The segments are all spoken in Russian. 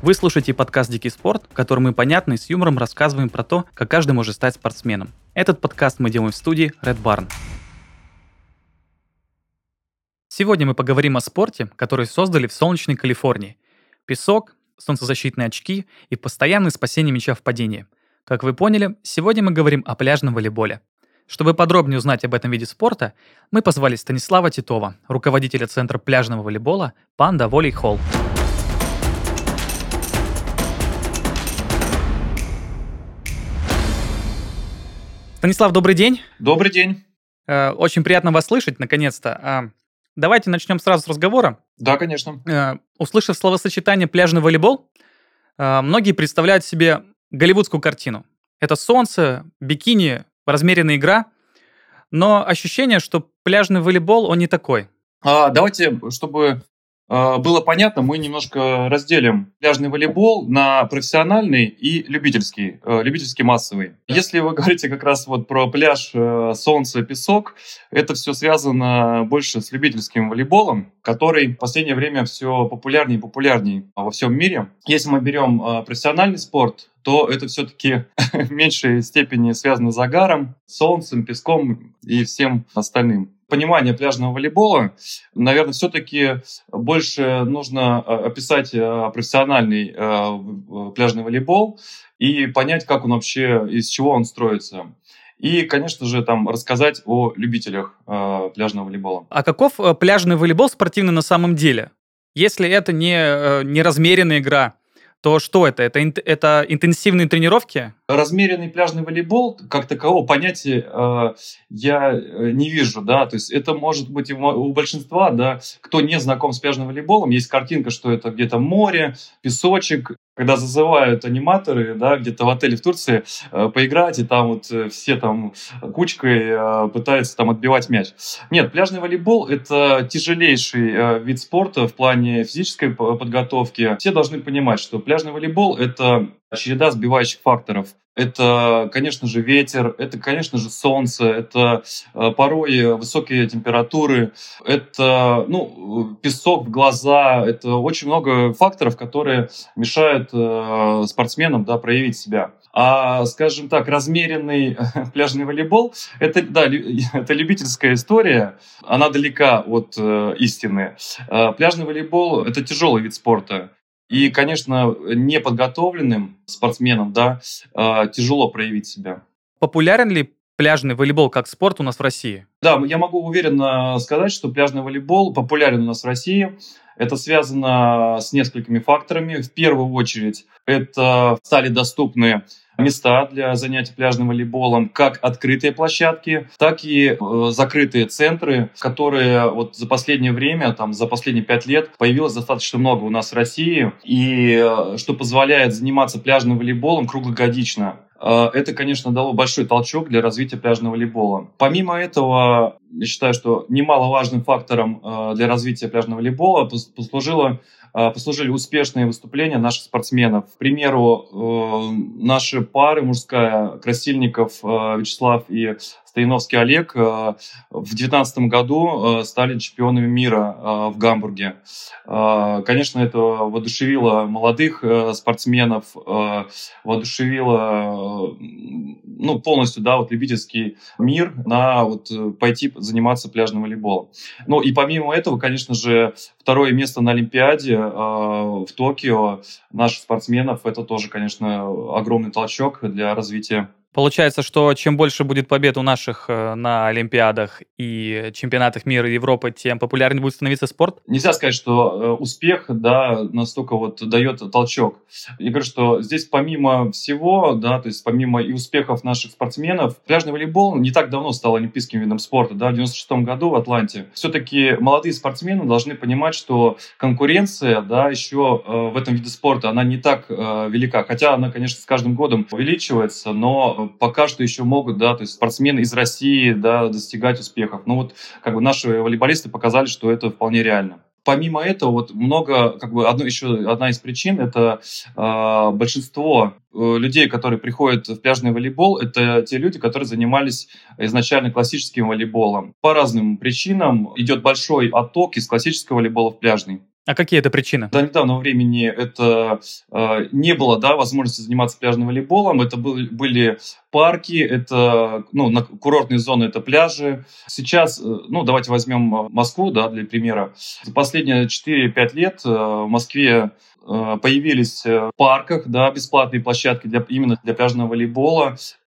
Вы слушаете подкаст «Дикий спорт», в котором мы понятно и с юмором рассказываем про то, как каждый может стать спортсменом. Этот подкаст мы делаем в студии Red Barn. Сегодня мы поговорим о спорте, который создали в солнечной Калифорнии. Песок, солнцезащитные очки и постоянное спасение мяча в падении. Как вы поняли, сегодня мы говорим о пляжном волейболе. Чтобы подробнее узнать об этом виде спорта, мы позвали Станислава Титова, руководителя Центра пляжного волейбола «Панда Волей Холл». Станислав, добрый день. Добрый день. Очень приятно вас слышать, наконец-то. Давайте начнем сразу с разговора. Да, конечно. Услышав словосочетание «пляжный волейбол», многие представляют себе голливудскую картину. Это солнце, бикини, размеренная игра, но ощущение, что пляжный волейбол, он не такой. Давайте, чтобы было понятно, мы немножко разделим пляжный волейбол на профессиональный и любительский, любительский массовый. Если вы говорите как раз вот про пляж, солнце, песок, это все связано больше с любительским волейболом, который в последнее время все популярнее и популярнее во всем мире. Если мы берем профессиональный спорт, то это все-таки в меньшей степени связано с загаром, солнцем, песком и всем остальным. Понимание пляжного волейбола, наверное, все-таки больше нужно описать профессиональный пляжный волейбол и понять, как он вообще, из чего он строится. И, конечно же, там рассказать о любителях пляжного волейбола. А каков пляжный волейбол спортивный на самом деле? Если это не размеренная игра, то что это? Это интенсивные тренировки? Размеренный пляжный волейбол, как такового понятия я не вижу, да, то есть это может быть у большинства, да, кто не знаком с пляжным волейболом, есть картинка, что это где-то море, песочек, когда зазывают аниматоры, да, где-то в отеле в Турции поиграть, и там вот все там кучкой пытаются там отбивать мяч. Нет, пляжный волейбол – это тяжелейший вид спорта в плане физической подготовки. Все должны понимать, что пляжный волейбол – это череда сбивающих факторов. Это, конечно же, ветер, это, конечно же, солнце, это порой высокие температуры, это песок в глаза, это очень много факторов, которые мешают спортсменам, да, проявить себя. А, скажем так, размеренный пляжный волейбол – это любительская история, она далека от истины. Пляжный волейбол – это тяжелый вид спорта. И, конечно, неподготовленным спортсменам, да, тяжело проявить себя. Популярен ли пляжный волейбол как спорт у нас в России? Да, я могу уверенно сказать, что пляжный волейбол популярен у нас в России. Это связано с несколькими факторами. В первую очередь, это стали доступны места для занятий пляжным волейболом, как открытые площадки, так и закрытые центры, которые вот за последнее время, там, за последние 5 лет появилось достаточно много у нас в России, и что позволяет заниматься пляжным волейболом круглогодично. Это, конечно, дало большой толчок для развития пляжного волейбола. Помимо этого, я считаю, что немаловажным фактором для развития пляжного волейбола послужили успешные выступления наших спортсменов. К примеру, наши пары мужская, Красильников Вячеслав и Стояновский Олег в 2019 году стали чемпионами мира в Гамбурге. Конечно, это воодушевило молодых спортсменов, воодушевило полностью, да, вот любительский мир на пойти заниматься пляжным волейболом. Ну и помимо этого, конечно же, второе место на Олимпиаде в Токио наших спортсменов, это тоже, конечно, огромный толчок для развития. Получается, что чем больше будет побед у наших на Олимпиадах и чемпионатах мира и Европы, тем популярнее будет становиться спорт? Нельзя сказать, что успех, да, настолько дает толчок. Я говорю, что здесь помимо всего, да, то есть помимо и успехов наших спортсменов, пляжный волейбол не так давно стал олимпийским видом спорта, да, в 96 году в Атланте. Все-таки молодые спортсмены должны понимать, что конкуренция, да, еще в этом виде спорта, она не так велика, хотя она, конечно, с каждым годом увеличивается, но пока что еще могут, да, то есть спортсмены из России, да, достигать успехов. Наши волейболисты показали, что это вполне реально. Помимо этого, одна из причин – это большинство людей, которые приходят в пляжный волейбол, это те люди, которые занимались изначально классическим волейболом. По разным причинам идет большой отток из классического волейбола в пляжный. А какие это причины? До недавнего времени это не было, да, возможности заниматься пляжным волейболом. Это были парки, это курортные зоны, это пляжи. Сейчас, давайте возьмем Москву, да, для примера. За последние 4-5 лет в Москве появились в парках, да, бесплатные площадки именно для пляжного волейбола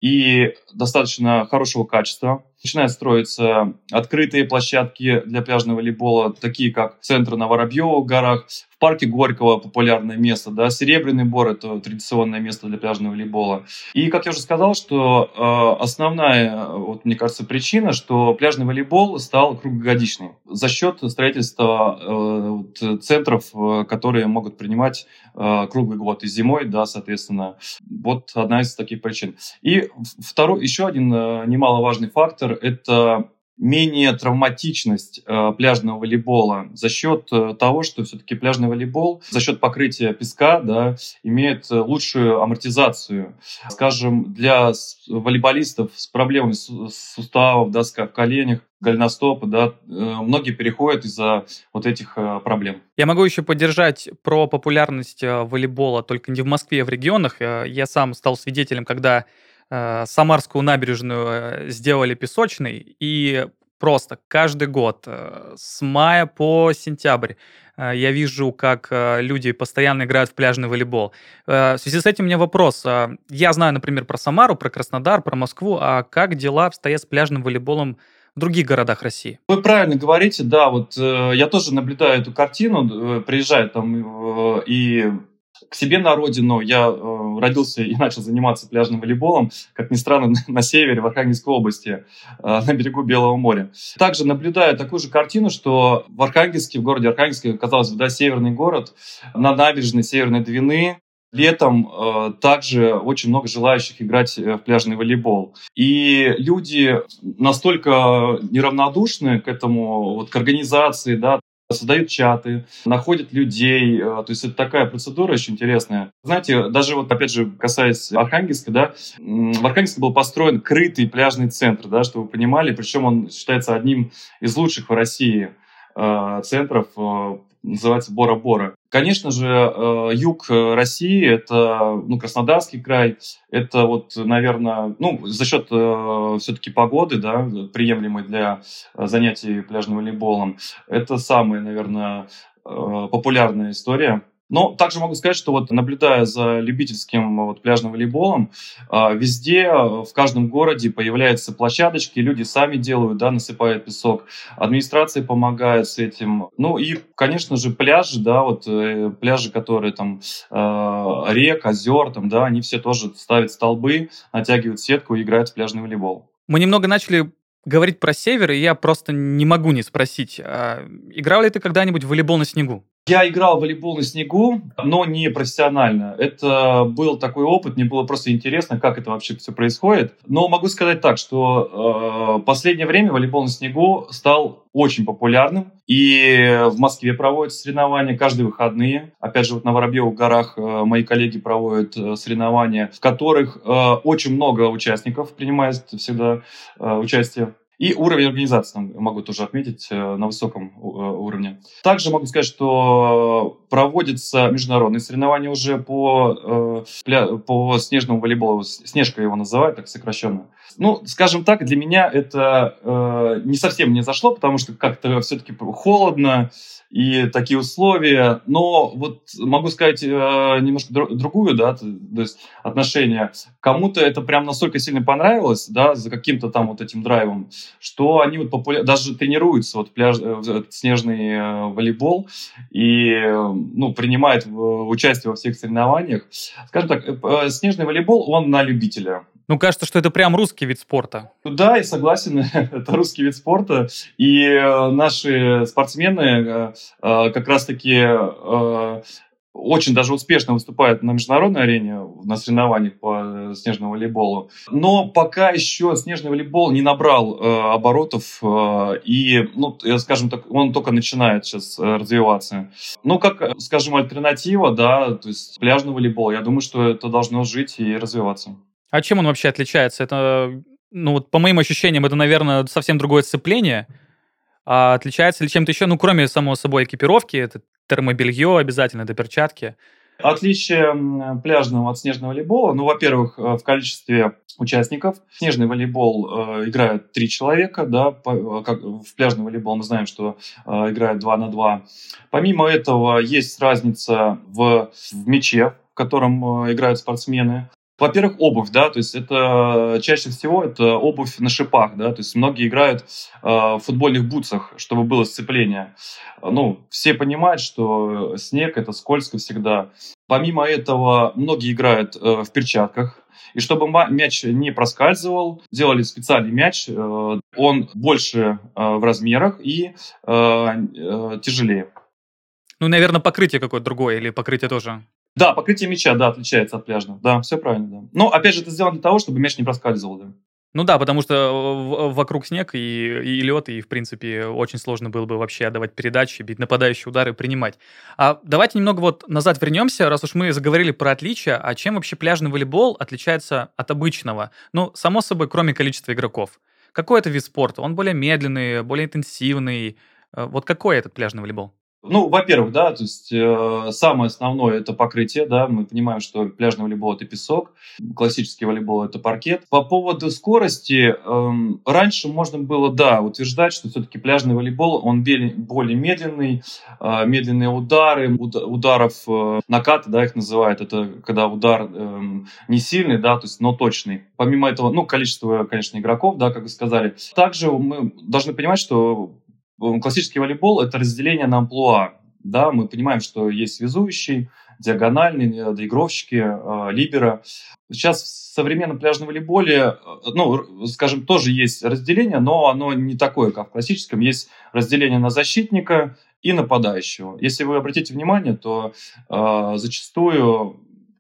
и достаточно хорошего качества. Начинают строиться открытые площадки для пляжного волейбола, такие как центры на Воробьевых горах. В парке Горького популярное место, да, Серебряный Бор – это традиционное место для пляжного волейбола. И, как я уже сказал, что основная, мне кажется, причина, что пляжный волейбол стал круглогодичным за счет строительства центров, которые могут принимать круглый год и зимой, да, соответственно. Вот одна из таких причин. И еще один немаловажный фактор – это менее травматичность пляжного волейбола за счет того, что все-таки пляжный волейбол за счет покрытия песка, да, имеет лучшую амортизацию. Скажем, для волейболистов с проблемами суставов, да, в коленях, голеностопа, да, многие переходят из-за вот этих проблем. Я могу еще поддержать про популярность волейбола только не в Москве, а в регионах. Я сам стал свидетелем, когда Самарскую набережную сделали песочной, и просто каждый год, с мая по сентябрь, я вижу, как люди постоянно играют в пляжный волейбол. В связи с этим у меня вопрос. Я знаю, например, про Самару, про Краснодар, про Москву, а как дела обстоят с пляжным волейболом в других городах России? Вы правильно говорите, да, я тоже наблюдаю эту картину, приезжаю там и к себе на родину. Я родился и начал заниматься пляжным волейболом, как ни странно, на севере, в Архангельской области, на берегу Белого моря. Также наблюдаю такую же картину, что в городе Архангельске, казалось бы, да, северный город, на набережной Северной Двины, летом также очень много желающих играть в пляжный волейбол. И люди настолько неравнодушны к этому, к организации, да, создают чаты, находят людей. То есть это такая процедура очень интересная. Знаете, даже опять же, касаясь Архангельска, да, в Архангельске был построен крытый пляжный центр, да, чтобы вы понимали, причем он считается одним из лучших в России центров, называется Бора-Бора. Конечно же, юг России, это Краснодарский край, это наверное, за счет все-таки погоды, да, приемлемой для занятий пляжным волейболом, это самая, наверное, популярная история. Но также могу сказать, что наблюдая за любительским пляжным волейболом, везде, в каждом городе появляются площадочки, люди сами делают, да, насыпают песок, администрация помогает с этим. И, конечно же, пляжи, да, пляжи, которые там рек, озер, там, да, они все тоже ставят столбы, натягивают сетку и играют в пляжный волейбол. Мы немного начали говорить про север, и я просто не могу не спросить, играл ли ты когда-нибудь в волейбол на снегу? Я играл в волейбол на снегу, но не профессионально. Это был такой опыт, мне было просто интересно, как это вообще все происходит. Но могу сказать так, что в последнее время волейбол на снегу стал очень популярным. И в Москве проводятся соревнования каждые выходные. Опять же, на Воробьевых горах мои коллеги проводят соревнования, в которых очень много участников принимает всегда участие. И уровень организации, могу тоже отметить, на высоком уровне. Также могу сказать, что проводятся международные соревнования уже по снежному волейболу. Снежка его называют, так сокращенно. Скажем так, для меня это не совсем не зашло, потому что как-то все-таки холодно и такие условия. Но могу сказать немножко другую, да, то есть отношение. Кому-то это прям настолько сильно понравилось, да, за каким-то там этим драйвом, что они даже тренируются снежный волейбол и принимают участие во всех соревнованиях. Скажем так, снежный волейбол, он на любителя. Кажется, что это прям русский вид спорта. Да, и согласен, это русский вид спорта. И наши спортсмены как раз-таки очень даже успешно выступают на международной арене, на соревнованиях по снежному волейболу. Но пока еще снежный волейбол не набрал оборотов, и, скажем так, он только начинает сейчас развиваться. Как, скажем, альтернатива, да, то есть пляжный волейбол, я думаю, что это должно жить и развиваться. А чем он вообще отличается? Это, по моим ощущениям, это, наверное, совсем другое сцепление. А отличается ли чем-то еще, кроме, само собой, экипировки? Это Термобелье обязательно, это перчатки. Отличие пляжного от снежного волейбола, ну, во-первых, в количестве участников. Снежный волейбол играют 3 человека, да, как в пляжный волейбол мы знаем, что играют 2 на 2. Помимо этого, есть разница в мяче, в котором играют спортсмены. Во-первых, обувь, да, то есть это чаще всего это обувь на шипах, да, то есть многие играют в футбольных бутсах, чтобы было сцепление. Ну, все понимают, что снег это скользко всегда. Помимо этого, многие играют в перчатках. И чтобы мяч не проскальзывал, делали специальный мяч. Он больше в размерах и тяжелее. Ну, наверное, покрытие какое-то другое или покрытие тоже? Да, покрытие мяча, да, отличается от пляжного. Да, все правильно, да. Но, опять же, это сделано для того, чтобы мяч не проскальзывал, да. Ну да, потому что вокруг снег и лед, и, в принципе, очень сложно было бы вообще отдавать передачи, бить нападающие удары, принимать. А давайте немного вот назад вернемся, раз уж мы заговорили про отличия. А чем вообще пляжный волейбол отличается от обычного? Ну, само собой, кроме количества игроков. Какой это вид спорта? Он более медленный, более интенсивный. Вот какой этот пляжный волейбол? Ну, во-первых, да, то есть самое основное это покрытие, да, мы понимаем, что пляжный волейбол это песок, классический волейбол это паркет. По поводу скорости, раньше можно было, да, утверждать, что все-таки пляжный волейбол, он более медленный, медленные удары, ударов наката, да, их называют, это когда удар не сильный, да, то есть, но точный. Помимо этого, ну, количество, конечно, игроков, да, как вы сказали. Также мы должны понимать, что классический волейбол – это разделение на амплуа. Да, мы понимаем, что есть связующий, диагональный, доигровщики, либеро. Сейчас в современном пляжном волейболе, ну, скажем, тоже есть разделение, но оно не такое, как в классическом. Есть разделение на защитника и нападающего. Если вы обратите внимание, то зачастую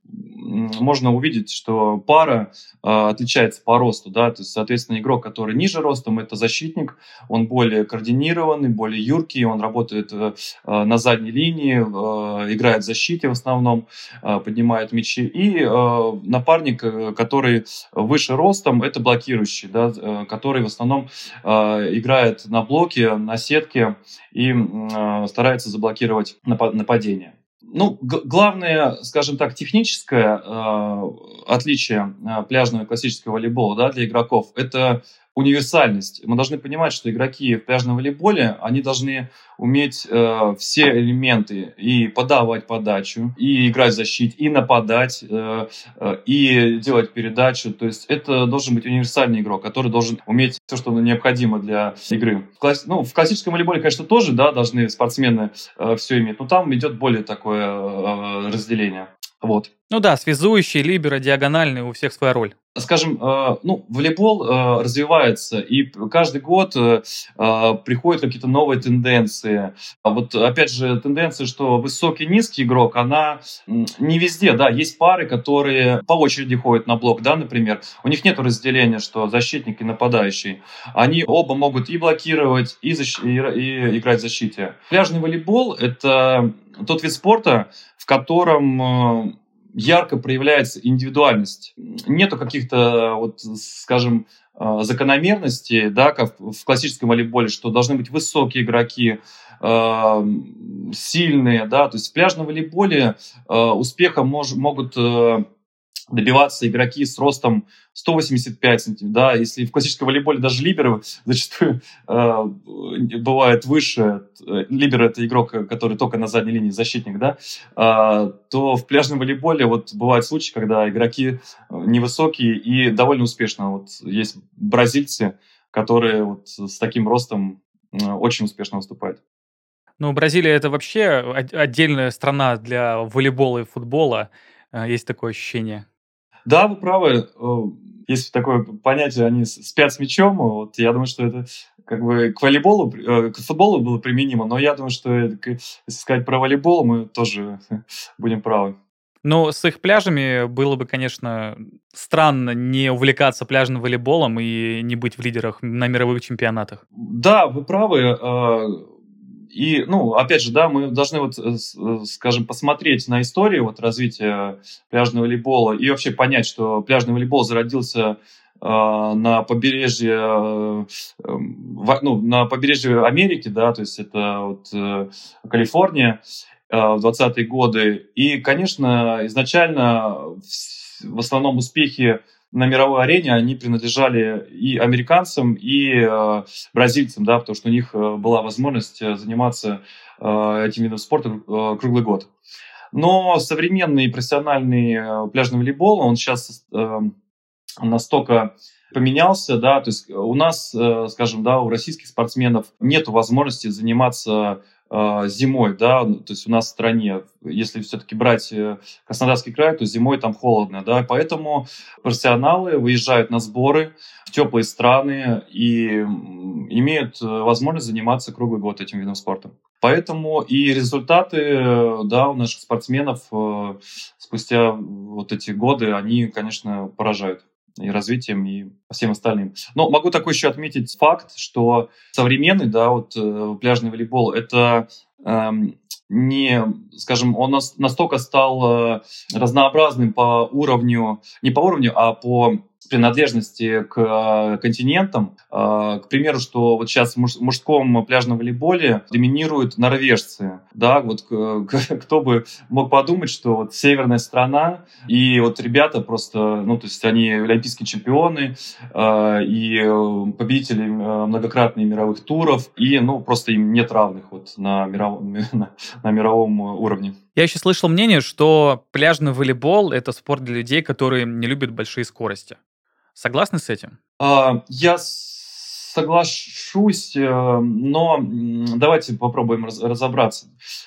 можно увидеть, что пара отличается по росту, да, то есть, соответственно, игрок, который ниже ростом, это защитник, он более координированный, более юркий, он работает на задней линии, играет в защите в основном, поднимает мячи, и напарник, который выше ростом, это блокирующий, да, который в основном играет на блоке, на сетке и старается заблокировать нападение. Ну, главное, скажем так, техническое отличие пляжного и классического волейбола, да, для игроков – это универсальность. Мы должны понимать, что игроки в пляжном волейболе, они должны уметь все элементы и подавать подачу, и играть в защите, и нападать, и делать передачу. То есть это должен быть универсальный игрок, который должен уметь все, что необходимо для игры. В классическом волейболе, конечно, тоже, да, должны спортсмены все иметь, но там идет более такое разделение. Вот. Ну да, связующий, либеро, диагональный, у всех своя роль. Скажем, волейбол развивается, и каждый год приходят какие-то новые тенденции. Вот, опять же, тенденция, что высокий-низкий игрок, она не везде, да, есть пары, которые по очереди ходят на блок, да, например, у них нет разделения, что защитник и нападающий. Они оба могут и блокировать, и играть в защите. Пляжный волейбол – это тот вид спорта, в котором ярко проявляется индивидуальность. Нету каких-то, вот, скажем, закономерностей, да, как в классическом волейболе, что должны быть высокие игроки, сильные, да, то есть в пляжном волейболе успеха могут добиваться игроки с ростом 185 сантиметров, да, если в классическом волейболе даже либеро зачастую бывает выше, либеро это игрок, который только на задней линии, защитник, да, то в пляжном волейболе вот бывают случаи, когда игроки невысокие и довольно успешно, вот есть бразильцы, которые вот с таким ростом очень успешно выступают. Ну, Бразилия это вообще отдельная страна для волейбола и футбола, есть такое ощущение. Да, вы правы. Есть такое понятие, они спят с мячом. Вот я думаю, что это как бы к волейболу, к футболу было применимо, но я думаю, что если сказать про волейбол, мы тоже будем правы. Но с их пляжами было бы, конечно, странно не увлекаться пляжным волейболом и не быть в лидерах на мировых чемпионатах. Да, вы правы. И, опять же, да, мы должны вот, скажем, посмотреть на историю вот развития пляжного волейбола и вообще понять, что пляжный волейбол зародился на побережье, на побережье Америки, да, то есть это вот Калифорния. в 20-е годы. И, конечно, изначально в основном успехи на мировой арене, они принадлежали и американцам, и бразильцам, да, потому что у них была возможность заниматься этим видом спорта круглый год. Но современный профессиональный пляжный волейбол, он сейчас настолько поменялся, да, то есть у нас, скажем, да, у российских спортсменов нет возможности заниматься зимой, да, то есть у нас в стране, если все-таки брать Краснодарский край, то зимой там холодно, да, поэтому профессионалы выезжают на сборы в теплые страны и имеют возможность заниматься круглый год этим видом спорта. Поэтому и результаты, да, у наших спортсменов спустя вот эти годы, они, конечно, поражают и развитием, и всем остальным. Но могу такой еще отметить факт, что современный, да, вот пляжный волейбол, это не, скажем, он настолько стал разнообразным по уровню, не по уровню, а по принадлежности к континентам. К примеру, что вот сейчас в мужском пляжном волейболе доминируют норвежцы. Да, вот кто бы мог подумать, что вот северная страна, и вот ребята просто, ну, то есть они олимпийские чемпионы и победители многократных мировых туров, и, ну, просто им нет равных вот на мировом уровне. Я еще слышал мнение, что пляжный волейбол — это спорт для людей, которые не любят большие скорости. Согласны с этим? Я соглашусь, но давайте попробуем разобраться.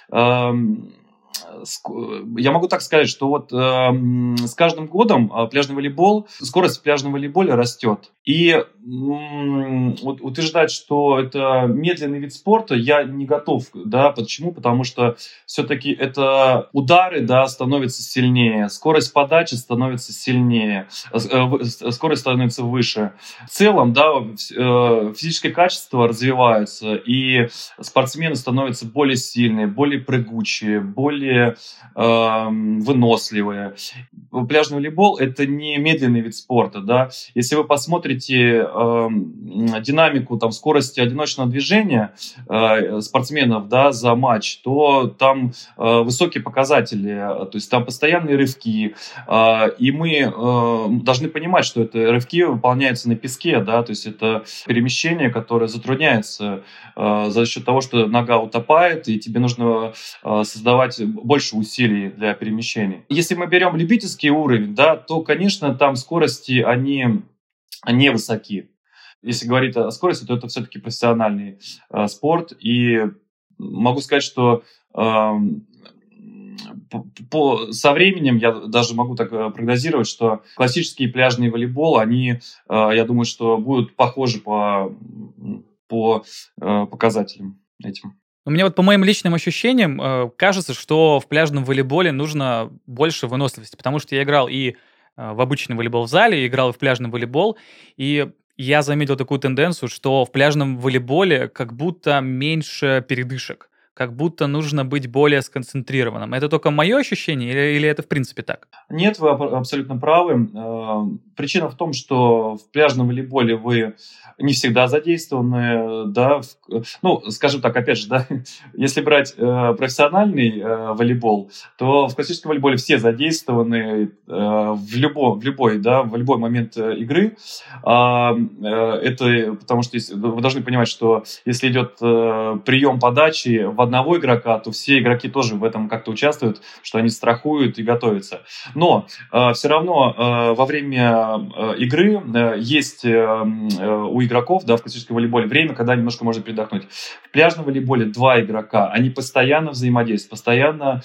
Я могу так сказать, что вот с каждым годом пляжный волейбол, скорость в пляжном волейболе растет. И вот утверждать, что это медленный вид спорта, я не готов. Да? Почему? Потому что все-таки это удары, да, становятся сильнее, скорость подачи становится сильнее, скорость становится выше. В целом, да, физическое качество развивается, и спортсмены становятся более сильные, более прыгучие, более выносливые. Пляжный волейбол — это не медленный вид спорта. Да? Если вы посмотрите динамику там, скорости одиночного движения спортсменов, да, за матч, то там высокие показатели, то есть там постоянные рывки. И мы должны понимать, что это рывки выполняются на песке, да, то есть это перемещение, которое затрудняется за счет того, что нога утопает, и тебе нужно создавать больше усилий для перемещения. Если мы берем любительский уровень, да, то, конечно, там скорости, они высоки. Если говорить о скорости, то это все-таки профессиональный спорт. И могу сказать, что со временем я даже могу так прогнозировать, что классический пляжный волейбол, они, я думаю, что будут похожи по показателям этим. У меня вот по моим личным ощущениям кажется, что в пляжном волейболе нужно больше выносливости, потому что я играл и в обычный волейбол в зале, играл и в пляжный волейбол, и я заметил такую тенденцию, что в пляжном волейболе как будто меньше передышек, как будто нужно быть более сконцентрированным. Это только мое ощущение или это в принципе так? Нет, вы абсолютно правы. Причина в том, что в пляжном волейболе вы не всегда задействованы, да, ну, скажем так, опять же, да, если брать профессиональный волейбол, то в классическом волейболе все задействованы в любой момент игры. Это потому что вы должны понимать, что если идет прием подачи в одного игрока, то все игроки тоже в этом как-то участвуют, что они страхуют и готовятся. Но все равно во время игры есть у игроков, да, в классическом волейболе время, когда немножко можно передохнуть. В пляжном волейболе 2 игрока, они постоянно взаимодействуют, постоянно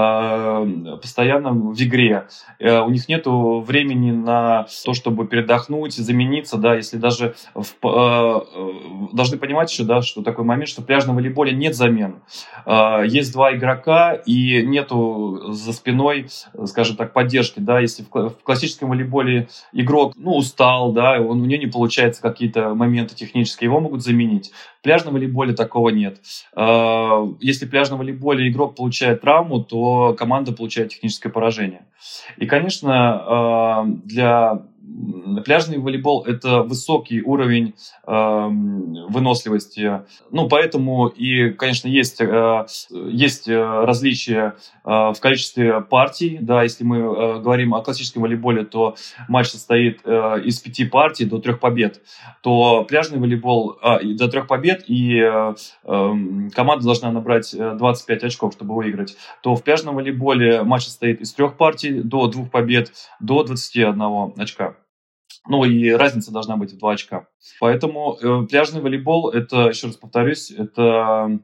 в игре. У них нет времени на то, чтобы передохнуть, замениться, да, если даже должны понимать еще, да, что такой момент, что в пляжном волейболе нет замен. Есть 2 игрока и нету за спиной, скажем так, поддержки, да, если в классическом волейболе игрок, ну, устал, да, у него не получается какие-то моменты технические, его могут заменить. В пляжном волейболе такого нет. Если в пляжном волейболе игрок получает травму, то команда получает техническое поражение. И, конечно, для Пляжный волейбол – это высокий уровень выносливости. Ну, поэтому и, конечно, есть различия в количестве партий. Да, если мы говорим о классическом волейболе, то матч состоит из 5 партий до 3 побед. То пляжный волейбол до 3 побед, и команда должна набрать 25 очков, чтобы выиграть. То в пляжном волейболе матч состоит из 3 партий до 2 побед, до 21 очка. Ну и разница должна быть в 2 очка. Поэтому пляжный волейбол, это, еще раз повторюсь, это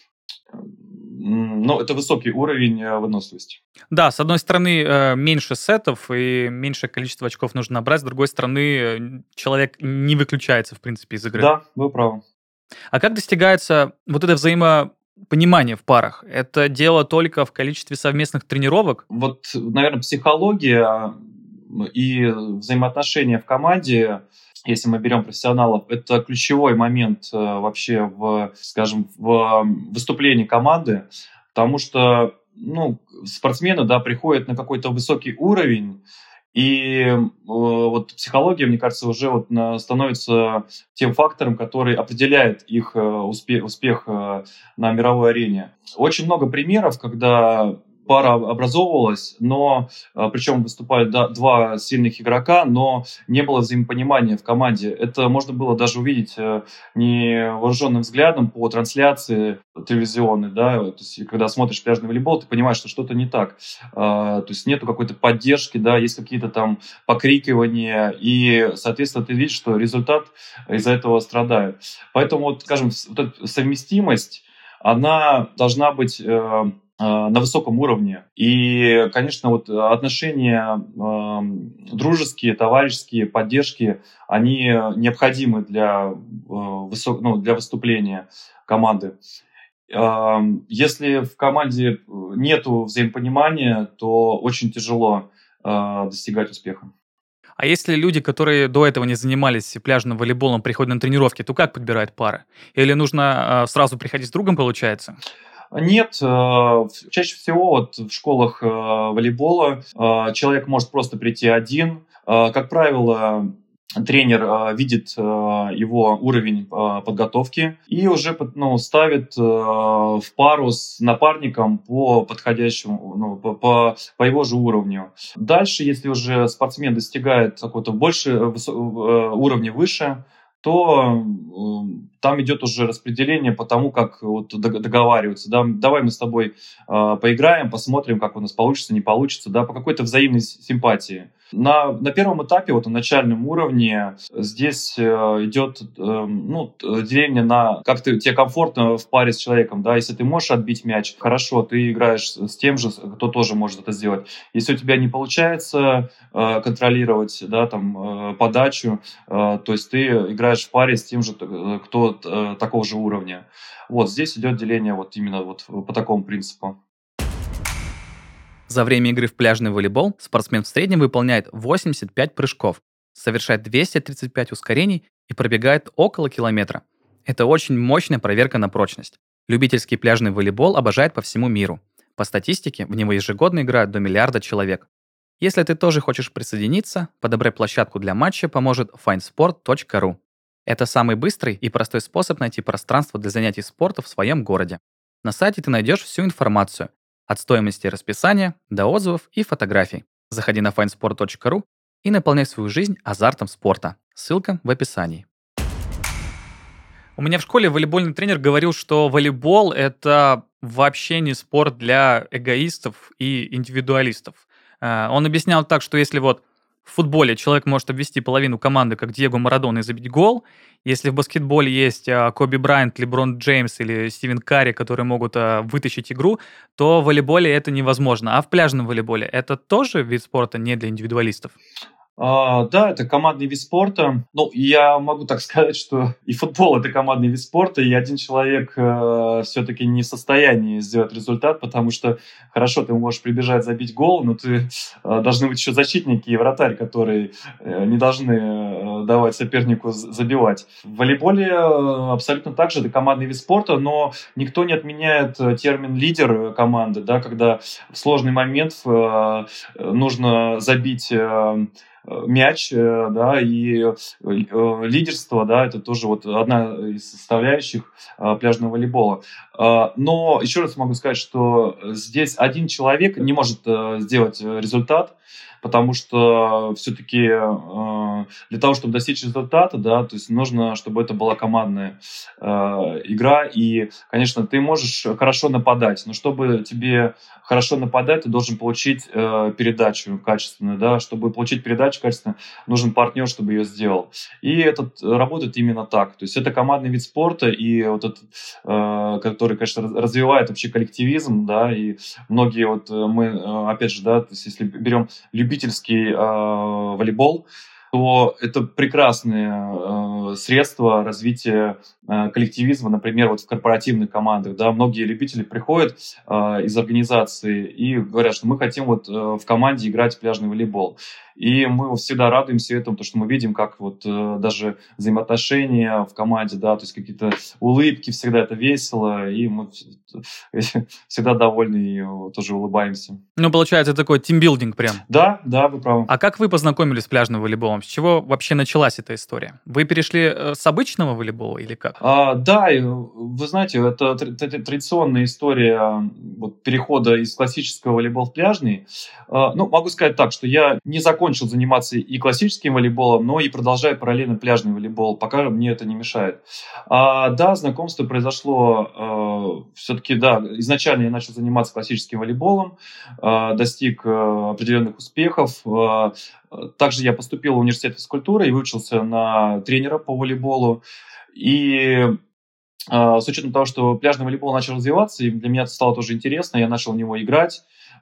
высокий уровень выносливости. Да, с одной стороны, меньше сетов и меньшее количество очков нужно набрать, с другой стороны, человек не выключается, в принципе, из игры. Да, вы правы. А как достигается вот это взаимопонимание в парах? Это дело только в количестве совместных тренировок? Вот, наверное, психология и взаимоотношения в команде, если мы берем профессионалов, это ключевой момент вообще в выступлении команды, потому что спортсмены, да, приходят на какой-то высокий уровень, и вот психология, мне кажется, уже становится тем фактором, который определяет их успех на мировой арене. Очень много примеров, когда пара образовывалась, но причем выступали 2 сильных игрока, но не было взаимопонимания в команде. Это можно было даже увидеть невооруженным взглядом по трансляции телевизионной, да, то есть когда смотришь пляжный волейбол, ты понимаешь, что что-то не так. То есть нету какой-то поддержки, да, есть какие-то там покрикивания, и, соответственно, ты видишь, что результат из-за этого страдает. Поэтому, вот, скажем, вот эта совместимость, она должна быть на высоком уровне. И, конечно, вот отношения дружеские, товарищеские, поддержки, они необходимы для выступления команды. Если в команде нету взаимопонимания, то очень тяжело достигать успеха. А если люди, которые до этого не занимались пляжным волейболом, приходят на тренировки, то как подбирают пары? Или нужно сразу приходить с другом, получается? Нет, чаще всего вот в школах волейбола человек может просто прийти один. Как правило, тренер видит его уровень подготовки и уже ставит в пару с напарником по подходящему, по его же уровню. Дальше, если уже спортсмен достигает какого-то уровня выше, то там идет уже распределение по тому, как договариваются. Да? Давай мы с тобой поиграем, посмотрим, как у нас получится, не получится, да, по какой-то взаимной симпатии. На первом этапе, на начальном уровне, здесь идет деление на как тебе комфортно в паре с человеком. Да? Если ты можешь отбить мяч, хорошо, ты играешь с тем же, кто тоже может это сделать. Если у тебя не получается контролировать, да, подачу, то есть ты играешь в паре с тем же, кто такого же уровня. Вот здесь идет деление именно по такому принципу. За время игры в пляжный волейбол спортсмен в среднем выполняет 85 прыжков, совершает 235 ускорений и пробегает около километра. Это очень мощная проверка на прочность. Любительский пляжный волейбол обожают по всему миру. По статистике, в него ежегодно играют до 1 миллиарда человек. Если ты тоже хочешь присоединиться, подобрать площадку для матча поможет findsport.ru. Это самый быстрый и простой способ найти пространство для занятий спортом в своем городе. На сайте ты найдешь всю информацию, от стоимости расписания до отзывов и фотографий. Заходи на findsport.ru и наполняй свою жизнь азартом спорта. Ссылка в описании. У меня в школе волейбольный тренер говорил, что волейбол — это вообще не спорт для эгоистов и индивидуалистов. Он объяснял так, что если в футболе человек может обвести половину команды, как Диего Марадона, и забить гол, если в баскетболе есть Коби Брайант, Леброн Джеймс или Стивен Карри, которые могут вытащить игру, то в волейболе это невозможно. А в пляжном волейболе это тоже вид спорта не для индивидуалистов? Да, это командный вид спорта. Я могу так сказать, что и футбол — это командный вид спорта, и один человек все-таки не в состоянии сделать результат, потому что хорошо, ты можешь прибежать, забить гол, но должны быть еще защитники и вратарь, которые не должны давать сопернику забивать. В волейболе абсолютно так же, это командный вид спорта, но никто не отменяет термин «лидер» команды, да, когда в сложный момент нужно забить мяч, да, и лидерство, да, это тоже вот одна из составляющих пляжного волейбола. Но еще раз могу сказать, что здесь один человек не может сделать результат, потому что все-таки для того, чтобы достичь результата, да, то есть нужно, чтобы это была командная игра, и, конечно, ты можешь хорошо нападать, но чтобы тебе хорошо нападать, ты должен получить передачу качественную, да, чтобы получить передачу качественную, нужен партнер, чтобы ее сделал. И это работает именно так, то есть это командный вид спорта, и вот этот, который, конечно, развивает вообще коллективизм, да, и многие вот мы, опять же, да, то есть если берем любительский волейбол, то это прекрасное средство развития коллективизма, например, вот в корпоративных командах, да, многие любители приходят из организации и говорят, что мы хотим вот в команде играть в пляжный волейбол. И мы всегда радуемся этому, потому что мы видим, как вот даже взаимоотношения в команде, да, то есть какие-то улыбки, всегда это весело, и мы всегда довольны и тоже улыбаемся. Ну, получается, такой тимбилдинг прям. Да, да, вы правы. А как вы познакомились с пляжным волейболом? С чего вообще началась эта история? Вы перешли с обычного волейбола или как? Да, вы знаете, это традиционная история вот, перехода из классического волейбола в пляжный. Ну, могу сказать так, что я не закончил заниматься и классическим волейболом, но и продолжаю параллельно пляжный волейбол, пока мне это не мешает. Да, знакомство произошло все-таки, да, изначально я начал заниматься классическим волейболом, достиг определенных успехов. Также я поступил в университет физкультуры и выучился на тренера по волейболу. И с учетом того, что пляжный волейбол начал развиваться, и для меня это стало тоже интересно, я начал в него играть.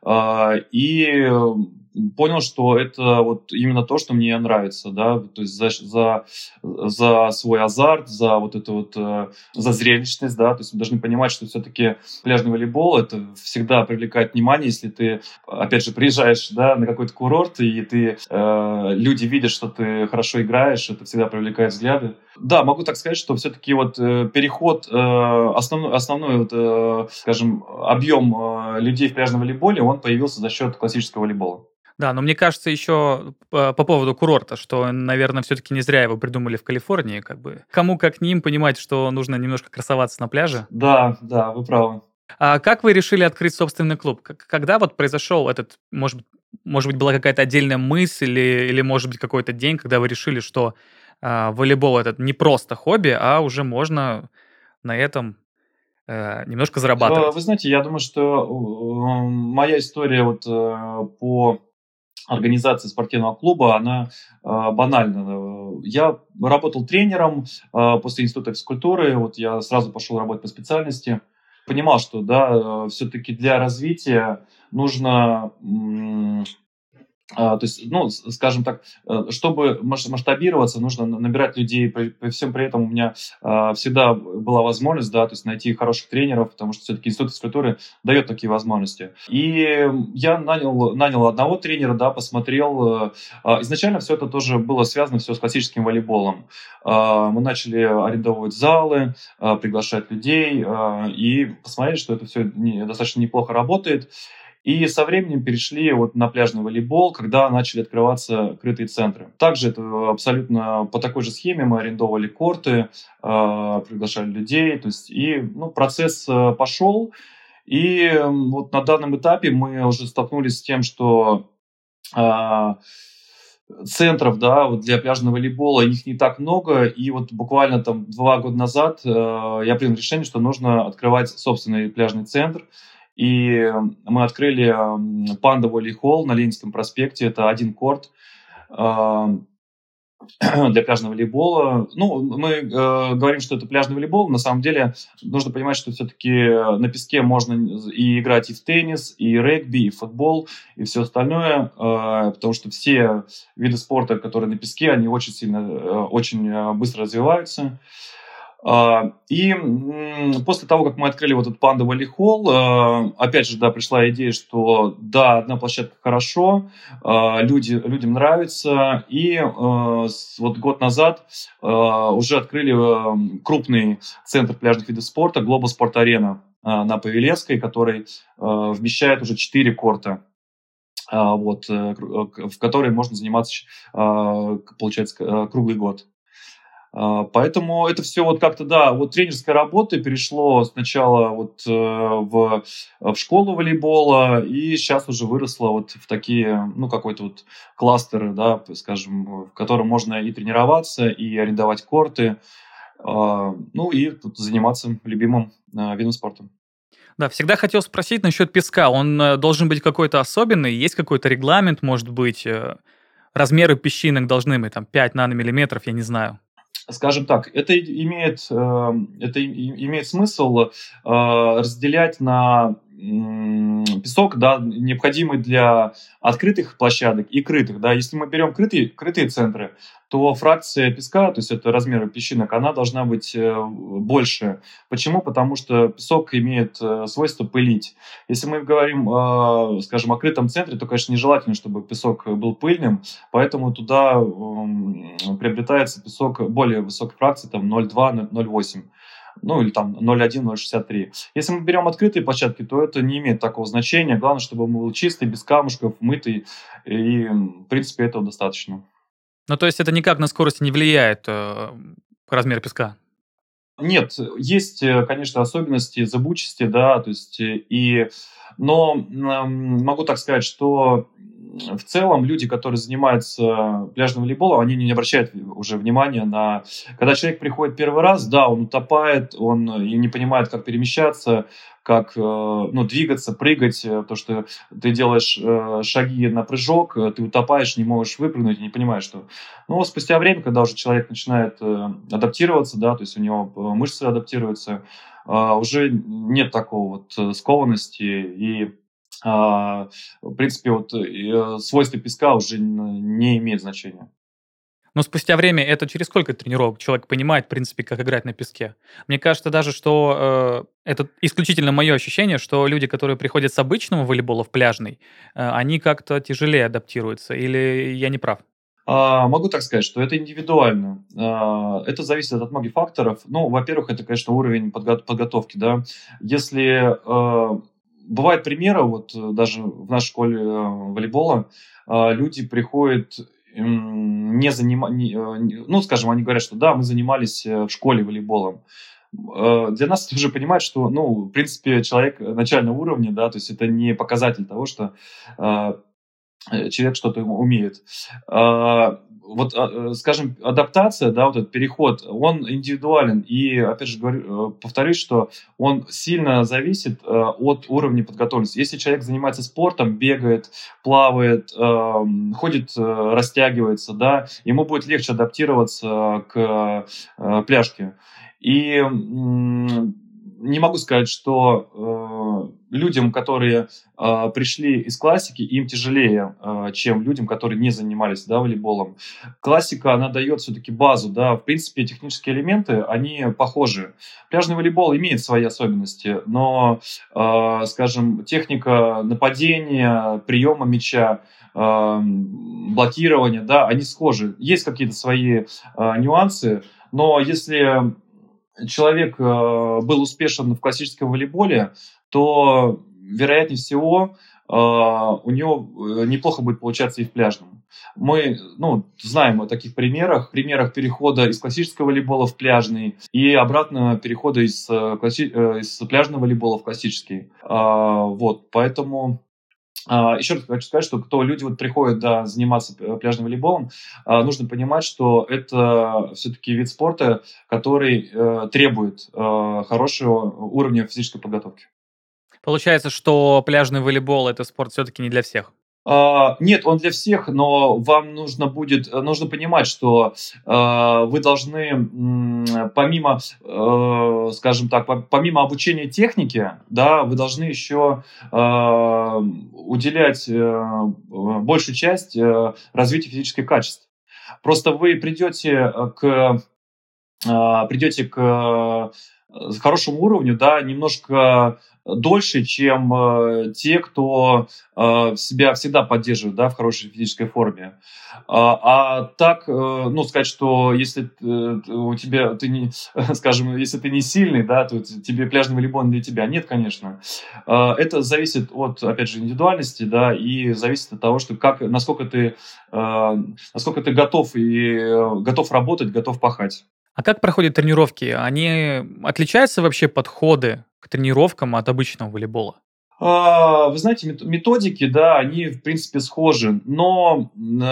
И понял, что это вот именно то, что мне нравится, да, то есть за свой азарт, за вот это вот, за зрелищность, да, то есть мы должны понимать, что все-таки пляжный волейбол, это всегда привлекает внимание, если ты, опять же, приезжаешь, да, на какой-то курорт, и ты, люди видят, что ты хорошо играешь, это всегда привлекает взгляды. Да, могу так сказать, что все-таки вот переход, основной вот, скажем, объем людей в пляжном волейболе, он появился за счет классического волейбола. Да, но мне кажется еще по поводу курорта, что, наверное, все-таки не зря его придумали в Калифорнии, как бы. Кому как ним понимать, что нужно немножко красоваться на пляже. Да, да, вы правы. А как вы решили открыть собственный клуб? Когда вот произошел этот, может быть, была какая-то отдельная мысль или может быть, какой-то день, когда вы решили, что волейбол этот не просто хобби, а уже можно на этом немножко зарабатывать? Вы знаете, я думаю, что моя история вот по организации спортивного клуба, она банальна. Я работал тренером после института физкультуры, вот я сразу пошел работать по специальности. Понимал, что, да, все-таки для развития нужно то есть, ну, скажем так, чтобы масштабироваться, нужно набирать людей. При всем при этом у меня всегда была возможность, да, то есть найти хороших тренеров, потому что все-таки институт физкультуры дает такие возможности. И я нанял одного тренера, да, посмотрел. Изначально все это тоже было связано все с классическим волейболом. Мы начали арендовывать залы, приглашать людей и посмотрели, что это все достаточно неплохо работает. И со временем перешли вот на пляжный волейбол, когда начали открываться крытые центры. Также это абсолютно по такой же схеме мы арендовали корты, приглашали людей. То есть, и процесс пошел. И вот на данном этапе мы уже столкнулись с тем, что центров, да, вот для пляжного волейбола их не так много, и вот буквально там 2 года назад я принял решение, что нужно открывать собственный пляжный центр. И мы открыли Панда Волей Холл на Ленинском проспекте. Это один корт для пляжного волейбола. Ну, мы говорим, что это пляжный волейбол. На самом деле нужно понимать, что все-таки на песке можно и играть и в теннис, и регби, и в футбол, и все остальное, потому что все виды спорта, которые на песке, они очень быстро развиваются. И после того, как мы открыли вот этот Панда Волей Холл, опять же, да, пришла идея, что да, одна площадка хорошо, людям нравится, и вот год назад уже открыли крупный центр пляжных видов спорта Global Sport Arena на Павелецкой, который вмещает уже 4 корта. в которой можно заниматься, получается, круглый год. Поэтому это все вот как-то, да, вот тренерской работы перешло сначала вот в школу волейбола, и сейчас уже выросло вот в такие, ну, какой-то вот кластеры, да, скажем, в котором можно и тренироваться, и арендовать корты, ну, и тут заниматься любимым видом спорта. Да, всегда хотел спросить насчет песка. Он должен быть какой-то особенный? Есть какой-то регламент, может быть? Размеры песчинок должны быть там 5 наномиллиметров, я не знаю. Скажем так, это имеет смысл разделять на песок, да, необходимый для открытых площадок и крытых. Да. Если мы берем крытые центры, то фракция песка, то есть это размер песчинок, она должна быть больше. Почему? Потому что песок имеет свойство пылить. Если мы говорим, скажем, о крытом центре, то, конечно, нежелательно, чтобы песок был пыльным, поэтому туда приобретается песок более высокой фракции, там 0,2, 0,8. Ну, или там 0,1, 0,63. Если мы берем открытые площадки, то это не имеет такого значения. Главное, чтобы он был чистый, без камушков, мытый. И, в принципе, этого достаточно. Ну, то есть это никак на скорость не влияет, размер песка? Нет, есть, конечно, особенности зыбучести, да, то есть, но могу так сказать, что в целом люди, которые занимаются пляжным волейболом, они не обращают уже внимания на... Когда человек приходит первый раз, да, он утопает, он и не понимает, как перемещаться, как ну, двигаться, прыгать, то, что ты делаешь шаги на прыжок, ты утопаешь, не можешь выпрыгнуть, не понимаешь, что... Но спустя время, когда уже человек начинает адаптироваться, да, то есть у него мышцы адаптируются, уже нет такого вот скованности и в принципе, вот свойства песка уже не имеют значения. Но спустя время это через сколько тренировок человек понимает, в принципе, как играть на песке? Мне кажется даже, что это исключительно мое ощущение, что люди, которые приходят с обычного волейбола в пляжный, они как-то тяжелее адаптируются. Или я не прав? Могу так сказать, что это индивидуально. Это зависит от многих факторов. Ну, во-первых, это, конечно, уровень подготовки, да. Если бывают примеры, вот даже в нашей школе волейбола люди приходят ну, скажем, они говорят, что да, мы занимались в школе волейболом. Для нас это уже понимать, что, ну, в принципе, человек начального уровня, да, то есть это не показатель того, что человек что-то умеет. Вот, скажем, адаптация, да, вот этот переход, он индивидуален. И, опять же, повторюсь, что он сильно зависит от уровня подготовленности. Если человек занимается спортом, бегает, плавает, ходит, растягивается, да, ему будет легче адаптироваться к пляжке. И не могу сказать, что людям, которые пришли из классики, им тяжелее, чем людям, которые не занимались, да, волейболом. Классика, она дает все-таки базу, да, в принципе, технические элементы, они похожи. Пляжный волейбол имеет свои особенности, но, скажем, техника нападения, приема мяча, блокирования, да, они схожи. Есть какие-то свои нюансы, но если человек был успешен в классическом волейболе, то, вероятнее всего, у него неплохо будет получаться и в пляжном. Мы, ну, знаем о таких примерах перехода из классического волейбола в пляжный и обратно перехода из пляжного волейбола в классический. Вот, поэтому... Еще раз хочу сказать, что люди вот приходят, да, заниматься пляжным волейболом, нужно понимать, что это все-таки вид спорта, который требует хорошего уровня физической подготовки. Получается, что пляжный волейбол это спорт все-таки не для всех. Нет, он для всех, но вам нужно понимать, что вы должны, помимо, скажем так, помимо обучения технике, да, вы должны еще уделять большую часть развитию физических качеств. Просто вы придете к хорошему уровню, да, немножко дольше, чем те, кто себя всегда поддерживает, да, в хорошей физической форме. А так, ну, сказать, что если у тебя, ты не, скажем, если ты не сильный, да, то тебе пляжный волейбол не для тебя. Нет, конечно. Это зависит от, опять же, индивидуальности, да, и зависит от того, что насколько ты готов готов работать, готов пахать. А как проходят тренировки? Они отличаются вообще подходы к тренировкам от обычного волейбола? Вы знаете, методики, да, они, в принципе, схожи, но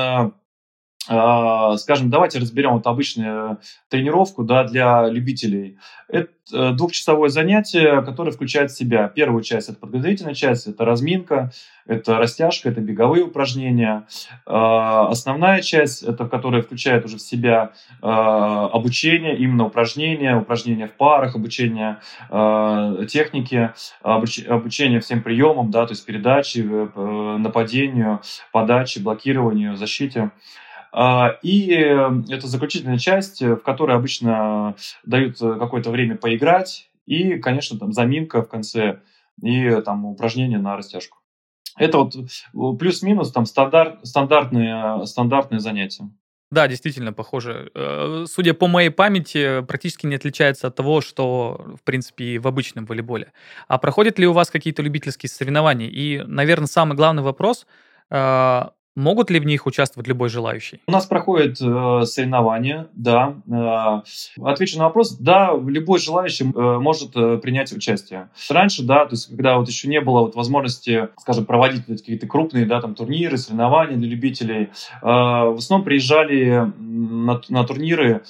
скажем, давайте разберем вот обычную тренировку, да, для любителей. Это двухчасовое занятие, которое включает в себя первую часть, это подготовительная часть, это разминка, это растяжка, это беговые упражнения. Основная часть, это которая включает уже в себя обучение, именно упражнения в парах, обучение технике, обучение всем приемам, да, то есть передаче, нападению, подаче, блокированию, защите. И это заключительная часть, в которой обычно дают какое-то время поиграть, и, конечно, там заминка в конце и там упражнения на растяжку. Это вот плюс-минус там стандартные занятия. Да, действительно, похоже. Судя по моей памяти, практически не отличается от того, что, в принципе, и в обычном волейболе. А проходят ли у вас какие-то любительские соревнования? И, наверное, самый главный вопрос, могут ли в них участвовать любой желающий? У нас проходят соревнования, да. Отвечу на вопрос, да, любой желающий может принять участие. Раньше, да, то есть когда вот еще не было вот возможности, скажем, проводить какие-то крупные, да, там турниры, соревнования для любителей, в основном приезжали на турниры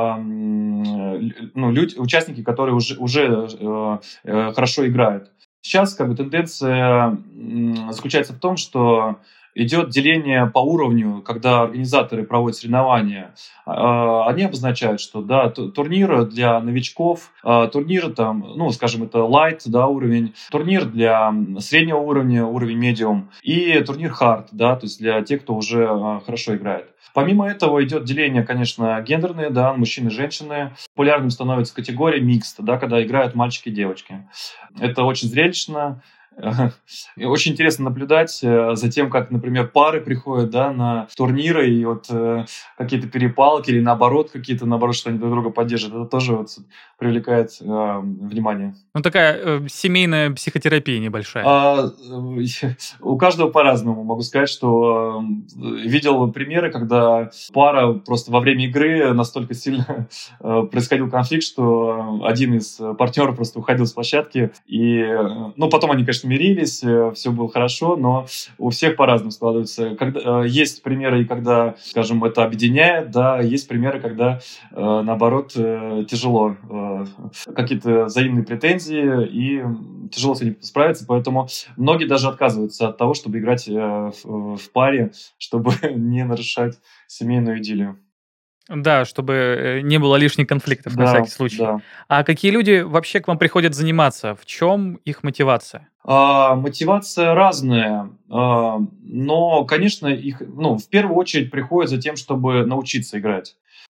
участники, которые уже хорошо играют. Сейчас как бы тенденция заключается в том, что идет деление по уровню, когда организаторы проводят соревнования. Они обозначают, что да, турниры для новичков, турниры там, ну, скажем, это light, да, уровень, турнир для среднего уровня, уровень medium, и турнир hard, да, то есть для тех, кто уже хорошо играет. Помимо этого идет деление, конечно, гендерные, да, мужчины и женщины. Популярным становится категория mixed, да, когда играют мальчики и девочки. Это очень зрелищно. И очень интересно наблюдать за тем, как, например, пары приходят, да, на турниры, и вот какие-то перепалки или наоборот, что они друг друга поддерживают. Это тоже вот привлекает внимание. Ну, такая семейная психотерапия небольшая. У каждого по-разному. Могу сказать, что видел примеры, когда пара просто во время игры настолько сильно происходил конфликт, что один из партнеров просто уходил с площадки, и, ну, потом они, конечно, мирились, все было хорошо, но у всех по-разному складывается. Есть примеры, когда, скажем, это объединяет, да, есть примеры, когда, наоборот, тяжело, какие-то взаимные претензии, и тяжело с этим справиться, поэтому многие даже отказываются от того, чтобы играть в паре, чтобы не нарушать семейную идиллию. Да, чтобы не было лишних конфликтов на всякий случай. Да. А какие люди вообще к вам приходят заниматься? В чем их мотивация? Мотивация разная, но, конечно, их, ну, в первую очередь приходят за тем, чтобы научиться играть.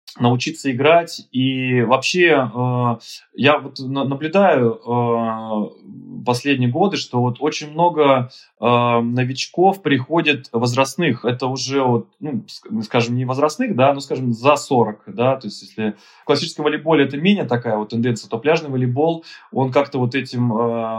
И вообще я вот наблюдаю последние годы, что вот очень много новичков приходит возрастных. Это уже вот, ну, скажем, не возрастных, да, но, скажем, за 40, да, то есть если в классическом волейболе это менее такая вот тенденция, то пляжный волейбол, он как-то вот этим,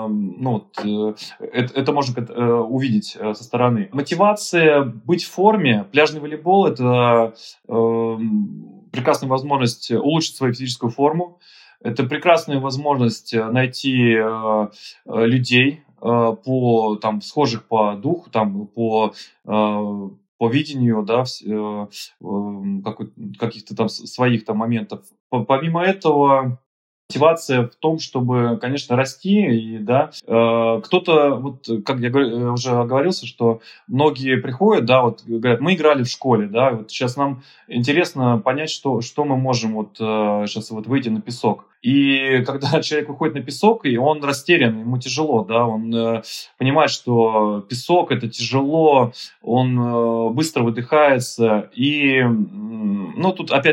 это можно увидеть со стороны. Мотивация быть в форме. Пляжный волейбол — это прекрасная возможность улучшить свою физическую форму. Это прекрасная возможность найти людей по там схожих по духу, там по видению, да, каких-то там своих там моментов. Помимо этого, мотивация в том, чтобы, конечно, расти, и, да, кто-то, вот, как я уже оговорился, что многие приходят, да, вот, говорят, мы играли в школе, да, вот сейчас нам интересно понять, что мы можем вот сейчас вот выйти на песок. И когда человек выходит на песок, и он растерян, ему тяжело, да, он понимает, что песок — это тяжело, он быстро выдыхается, и, ну, тут, опять же,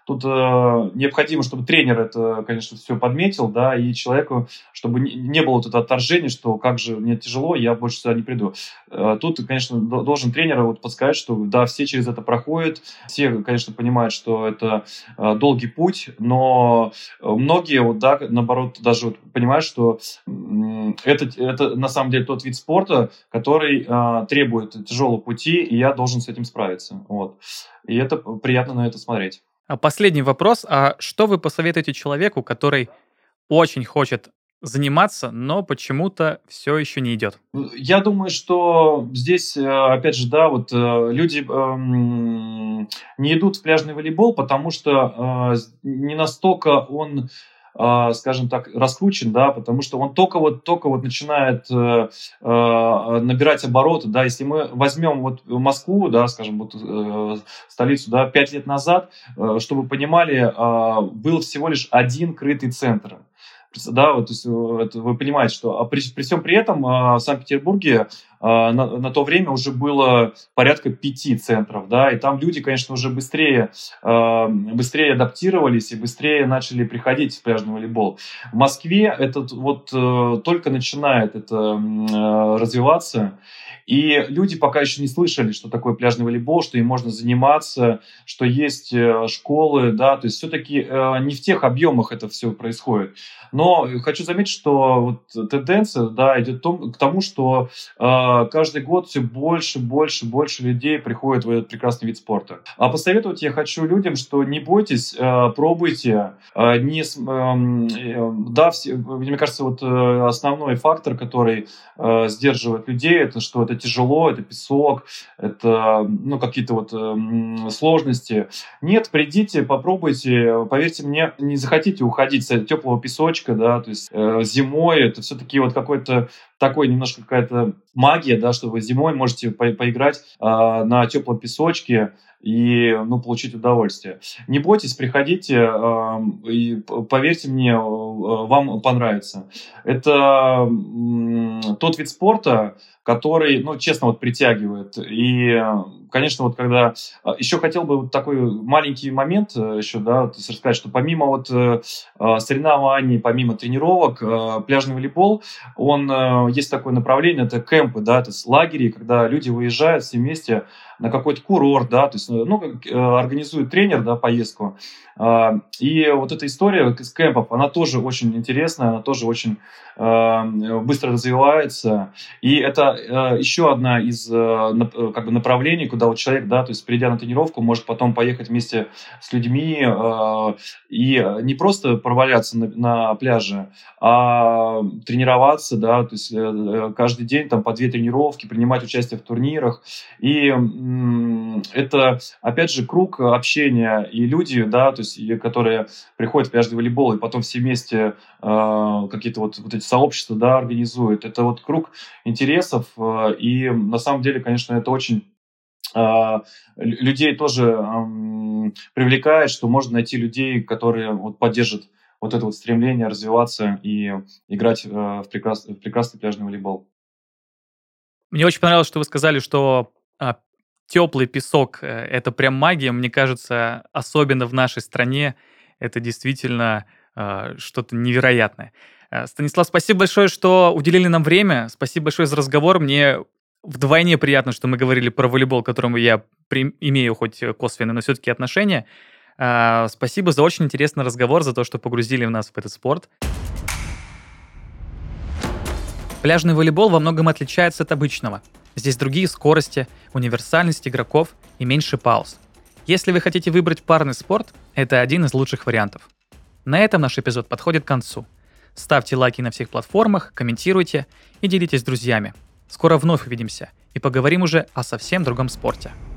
тут необходимо, чтобы тренер это, конечно, все подметил, да, и человеку, чтобы не было вот этого отторжения, что как же мне тяжело, я больше сюда не приду. Тут, конечно, должен тренер вот подсказать, что да, все через это проходят, все, конечно, понимают, что это долгий путь, но многие вот, да, наоборот, даже вот понимают, что это на самом деле тот вид спорта, который требует тяжелого пути, и я должен с этим справиться. Вот. И это приятно на это смотреть. А последний вопрос. А что вы посоветуете человеку, который очень хочет заниматься, но почему-то все еще не идет? Я думаю, что здесь, опять же, да, вот люди не идут в пляжный волейбол, потому что не настолько он, скажем так, раскручен, да, потому что он только вот начинает набирать обороты, да, если мы возьмем вот Москву, да, скажем, вот столицу, да, 5 лет назад, чтобы вы понимали, был всего лишь один крытый центр. Да, вот, то есть, это вы понимаете, что при всем при этом в Санкт-Петербурге на то время уже было порядка 5 центров, да, и там люди, конечно, уже быстрее адаптировались и быстрее начали приходить в пляжный волейбол. В Москве это вот только начинает это развиваться, и люди пока еще не слышали, что такое пляжный волейбол, что им можно заниматься, что есть школы, да, то есть все-таки не в тех объемах это все происходит. Но хочу заметить, что вот тенденция, да, идет к тому, что каждый год все больше людей приходит в этот прекрасный вид спорта. А посоветовать я хочу людям, что не бойтесь, пробуйте. Да, мне кажется, вот основной фактор, который сдерживает людей, это что это тяжело, это песок, это какие-то вот сложности. Нет, придите, попробуйте, поверьте мне, не захотите уходить с теплого песочка, да, то есть зимой это все-таки вот какой-то такой немножко какая-то магия, да, что вы зимой можете поиграть на теплом песочке и получить удовольствие. Не бойтесь, приходите, и поверьте мне, вам понравится. Это тот вид спорта, который, честно, вот притягивает. И, конечно, вот когда... Еще хотел бы вот такой маленький момент еще, да, то есть рассказать, что помимо вот соревнований, помимо тренировок, пляжный волейбол, он есть такое направление, это кемпы, да, то есть лагеря, когда люди выезжают все вместе на какой-то курорт, да, то есть, организует тренер, да, поездку. И вот эта история с кемпов, она тоже очень интересная, она тоже очень быстро развивается. И это еще одна из направлений, куда вот человек, да, то есть придя на тренировку, может потом поехать вместе с людьми и не просто проваляться на пляже, а тренироваться, да, то есть каждый день там по 2 тренировки, принимать участие в турнирах. И это, опять же, круг общения и люди, да, то есть, которые приходят в пляжный волейбол и потом все вместе какие-то вот эти сообщества, да, организуют. Это вот круг интересов, и на самом деле, конечно, это очень людей тоже привлекает, что можно найти людей, которые вот поддержат вот это вот стремление развиваться и играть в прекрасный пляжный волейбол. Мне очень понравилось, что вы сказали, что теплый песок это прям магия. Мне кажется, особенно в нашей стране это действительно что-то невероятное. Станислав, спасибо большое, что уделили нам время. Спасибо большое за разговор. Мне вдвойне приятно, что мы говорили про волейбол, к которому я имею хоть косвенные, но все-таки отношения. Спасибо за очень интересный разговор, за то, что погрузили нас в этот спорт. Пляжный волейбол во многом отличается от обычного. Здесь другие скорости, универсальность игроков и меньше пауз. Если вы хотите выбрать парный спорт, это один из лучших вариантов. На этом наш эпизод подходит к концу. Ставьте лайки на всех платформах, комментируйте и делитесь с друзьями. Скоро вновь увидимся и поговорим уже о совсем другом спорте.